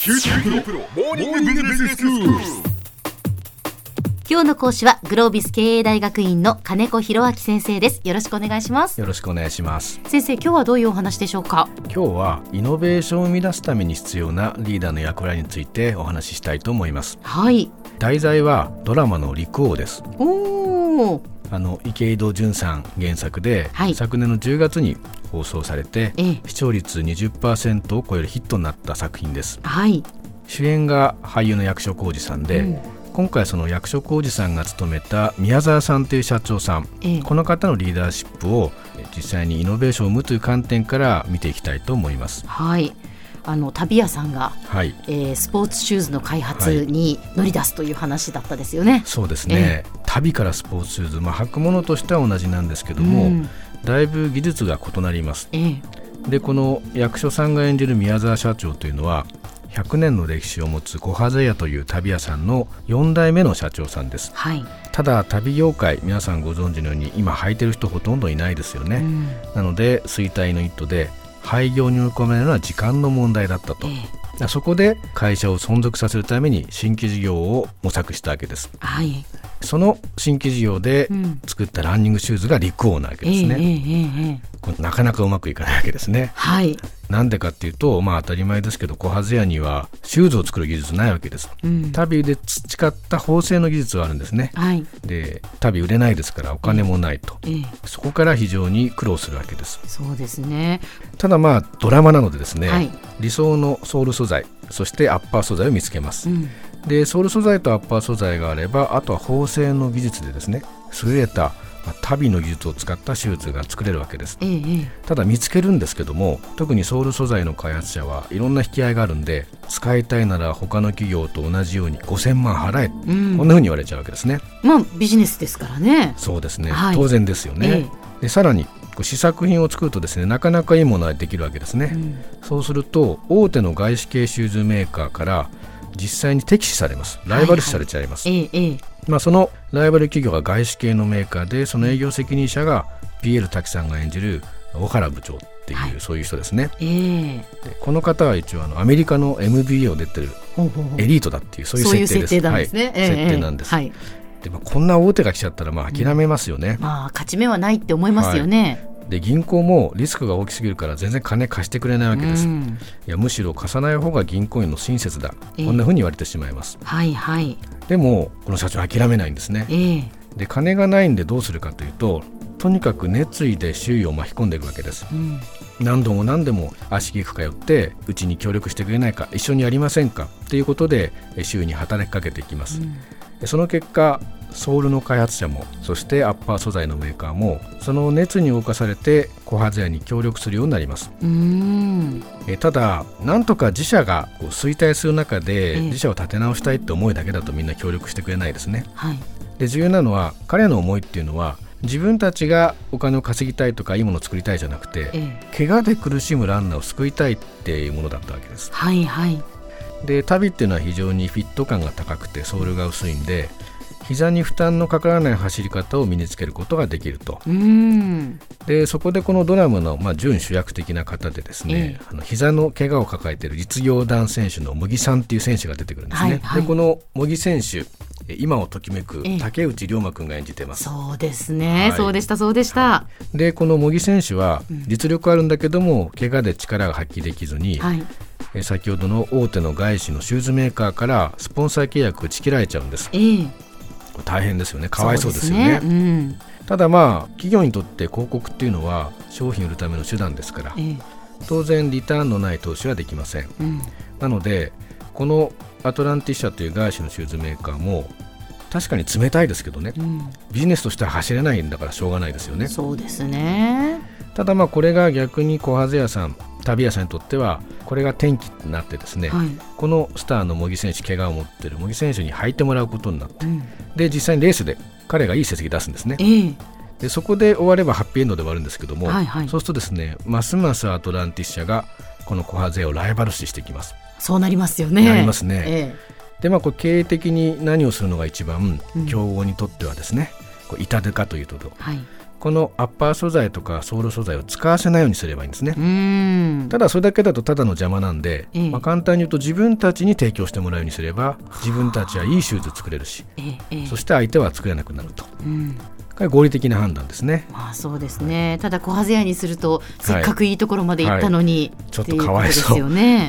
キューティープロモーニングビジネススクール。 今日の講師はグロービス経営大学院の金子博明先生です。よろしくお願いします。 よろしくお願いします。 先生、今日はどういうお話でしょうか？ 今日はイノベーションを生み出すために必要なリーダーの役割についてお話ししたいと思います。 はい。 題材はドラマの陸王です。 おー、 池井戸潤さん原作で、 はい、 昨年の10月に放送されて、視聴率 20% を超えるヒットになった作品です。 はい。 主演が俳優の役所広司さんで、今回その役所広司さんが務めた宮沢さんという社長さん、この方のリーダーシップを実際にイノベーションを生むという観点から見ていきたいと思います。 はい。旅屋さんが、スポーツシューズの開発に乗り出すという話だったですよね。 そうですね、旅からスポーツシューズ、履くものとしては同じなんですけども、だいぶ技術が異なります。でこの役所さんが演じる宮沢社長というのは100年の歴史を持つコハゼ屋という旅屋さんの4代目の社長さんです。 はい。 ただ旅業界、皆さんご存知のように今履いてる人ほとんどいないですよね。なので衰退の一途で廃業に追い込めるのは時間の問題だったと、そこで会社を存続させるために新規事業を模索したわけです。はい。その新規事業で作ったランニングシューズが陸王なわけですね。これなかなかうまくいかないわけですね。はい。なんでかっていうと、当たり前ですけどコハゼ屋にはシューズを作る技術ないわけです。旅で培った縫製の技術はあるんですね。はい。で旅売れないですからお金もないと、そこから非常に苦労するわけです。 そうですね。 ただドラマなのでですね、理想のソール素材、そしてアッパー素材を見つけます。でソール素材とアッパー素材があれば、あとは縫製の技術でですね、優れた旅の技術を使ったシューズが作れるわけです。ただ見つけるんですけども、特にソール素材の開発者はいろんな引き合いがあるんで、使いたいなら他の企業と同じように5000万払え、こんな風に言われちゃうわけですね。 ビジネスですからね。 そうですね、当然ですよね。でさらに試作品を作るとですね、なかなかいいものができるわけですね。そうすると大手の外資系シューズメーカーから実際に敵視されます。ライバル視されちゃいます。そのライバル企業が外資系のメーカーで、その営業責任者が PL 滝さんが演じる小原部長っていう、そういう人ですね。でこの方は一応アメリカの MBA を出てるエリートだっていう、そういう設定です。設定なんです。でこんな大手が来ちゃったら諦めますよね。勝ち目はないって思いますよね。 で銀行もリスクが大きすぎるから全然金貸してくれないわけです。いやむしろ貸さない方が銀行員の親切だ、こんな風に言われてしまいます。でもこの社長は諦めないんですね。で金がないんでどうするかというと、とにかく熱意で周囲を巻き込んでいくわけです。何度も何度も足しげく通って、うちに協力してくれないか、一緒にやりませんかということで周囲に働きかけていきます。その結果ソールの開発者も、そしてアッパー素材のメーカーもその熱に動かされてコハゼ屋に協力するようになります。ただなんとか自社が衰退する中で自社を立て直したいって思いだけだとみんな協力してくれないですね。で重要なのは、彼の思いっていうのは自分たちがお金を稼ぎたいとかいいものを作りたいじゃなくて、怪我で苦しむランナーを救いたいっていうものだったわけです。で旅っていうのは非常にフィット感が高くてソールが薄いんで、膝に負担のかからない走り方を身につけることができると。でそこでこのドラマの準主役的な方でですね、膝の怪我を抱えている実業団選手の茂木さんっていう選手が出てくるんですね。でこの茂木選手、今をときめく竹内涼真君が演じてます。 そうですね、そうでした。 でこの茂木選手は実力あるんだけども、怪我で力が発揮できずに、先ほどの大手の外資のシューズメーカーからスポンサー契約を打ち切られちゃうんです。大変ですよね。かわいそうですよね。ただ企業にとって広告っていうのは商品売るための手段ですから、当然リターンのない投資はできません。なのでこのアトランティッシャという外資のシューズメーカーも確かに冷たいですけどね、ビジネスとしては走れないんだからしょうがないですよね。 そうですね。 ただこれが逆にコハゼ屋さん、旅屋さんにとってはこれが転機になってですね、このスターの茂木選手、怪我を持っている茂木選手に履いてもらうことになって、で実際にレースで彼がいい成績出すんですね。でそこで終わればハッピーエンドで終わるんですけども、そうするとですね、ますますアトランティッシャがこのコハゼ屋をライバル視していきます。 そうなりますよね。 なりますね。でこれ経営的に何をするのが一番強豪にとってはですね、痛手かというと、 このアッパー素材とかソール素材を使わせないようにすればいいんですね。ただそれだけだとただの邪魔なんで、簡単に言うと自分たちに提供してもらうようにすれば自分たちはいいシューズ作れるし、そして相手は作れなくなると、これ合理的な判断ですね。 そうですね。ただ小ハゼ屋にするとせっかくいいところまで行ったのに、 ちょっとかわいそう、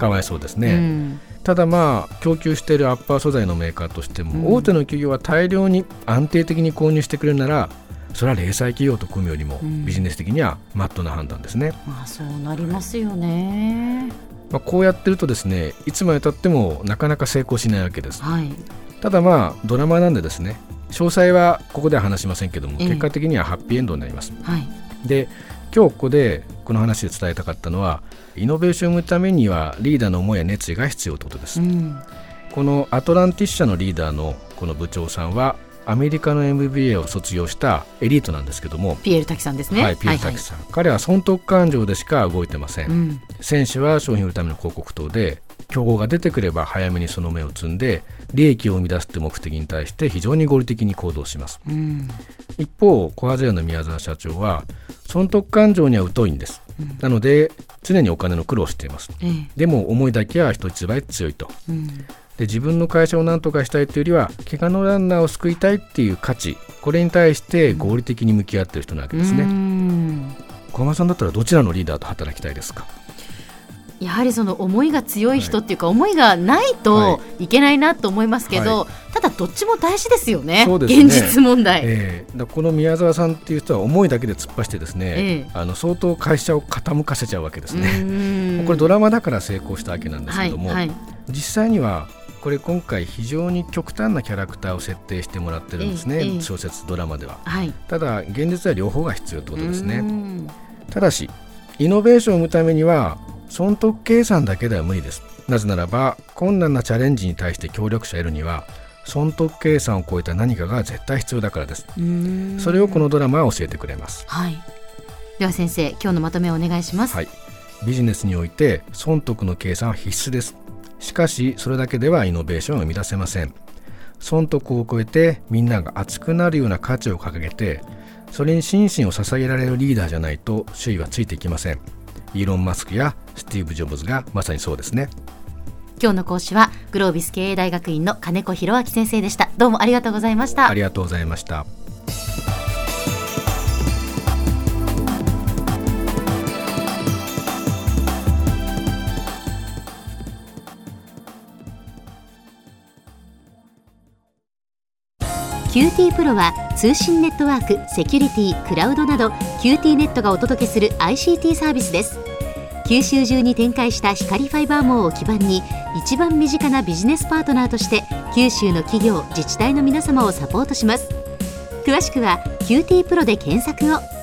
かわいそうですね。ただ供給しているアッパー素材のメーカーとしても、大手の企業は大量に安定的に購入してくれるならそれは零細企業と組むよりもビジネス的にはマットな判断ですね。 そうなりますよね。 こうやってるとですね、いつまでたってもなかなか成功しないわけです。ただドラマなんでですね、詳細はここでは話しませんけども、結果的にはハッピーエンドになります。で、今日ここでこの話で伝えたかったのは、イノベーションを生むためにはリーダーの思いや熱意が必要ということです。このアトランティス社のリーダーのこの部長さんはアメリカの MBA を卒業したエリートなんですけども、 ピエール滝さんですね。 ピエール滝さん、彼は損得感情でしか動いてません。選手は商品を売るための広告塔で、競合が出てくれば早めにその芽を摘んで利益を生み出すという目的に対して非常に合理的に行動します。一方コハゼ屋の宮沢社長は損得感情には疎いんです。なので常にお金の苦労をしています。でも思いだけは人一倍強いと。で、自分の会社を何とかしたいというよりは怪我のランナーを救いたいっていう価値、これに対して合理的に向き合っている人なわけですね。小浜さんだったらどちらのリーダーと働きたいですか？ やはりその思いが強い人っていうか、思いがないといけないなと思いますけど、ただどっちも大事ですよね。そうですね、現実問題、 この宮沢さんっていう人は思いだけで突っ走ってですね、相当会社を傾かせちゃうわけですね。これドラマだから成功したわけなんですけども、実際にはこれ今回非常に極端なキャラクターを設定してもらってるんですね、小説ドラマでは。ただ現実は両方が必要ということですね。ただしイノベーションを生むためには損得計算だけでは無理です。なぜならば困難なチャレンジに対して協力者を得るには損得計算を超えた何かが絶対必要だからです。それをこのドラマは教えてくれます。 では先生、今日のまとめをお願いします。 ビジネスにおいて損得の計算は必須です。しかしそれだけではイノベーションを生み出せません。損得を超えてみんなが熱くなるような価値を掲げて、それに心身を捧げられるリーダーじゃないと周囲はついていきません。イーロン・マスクやスティーブ・ジョブズがまさにそうですね。 今日の講師はグロービス経営大学院の金子博明先生でした。どうもありがとうございました。 ありがとうございました。 QT プロは通信ネットワーク、セキュリティ、クラウドなど QT ネットがお届けする ICT サービスです。九州中に展開した光ファイバー網を基盤に一番身近なビジネスパートナーとして九州の企業、自治体の皆様をサポートします。詳しくは QT プロで検索を。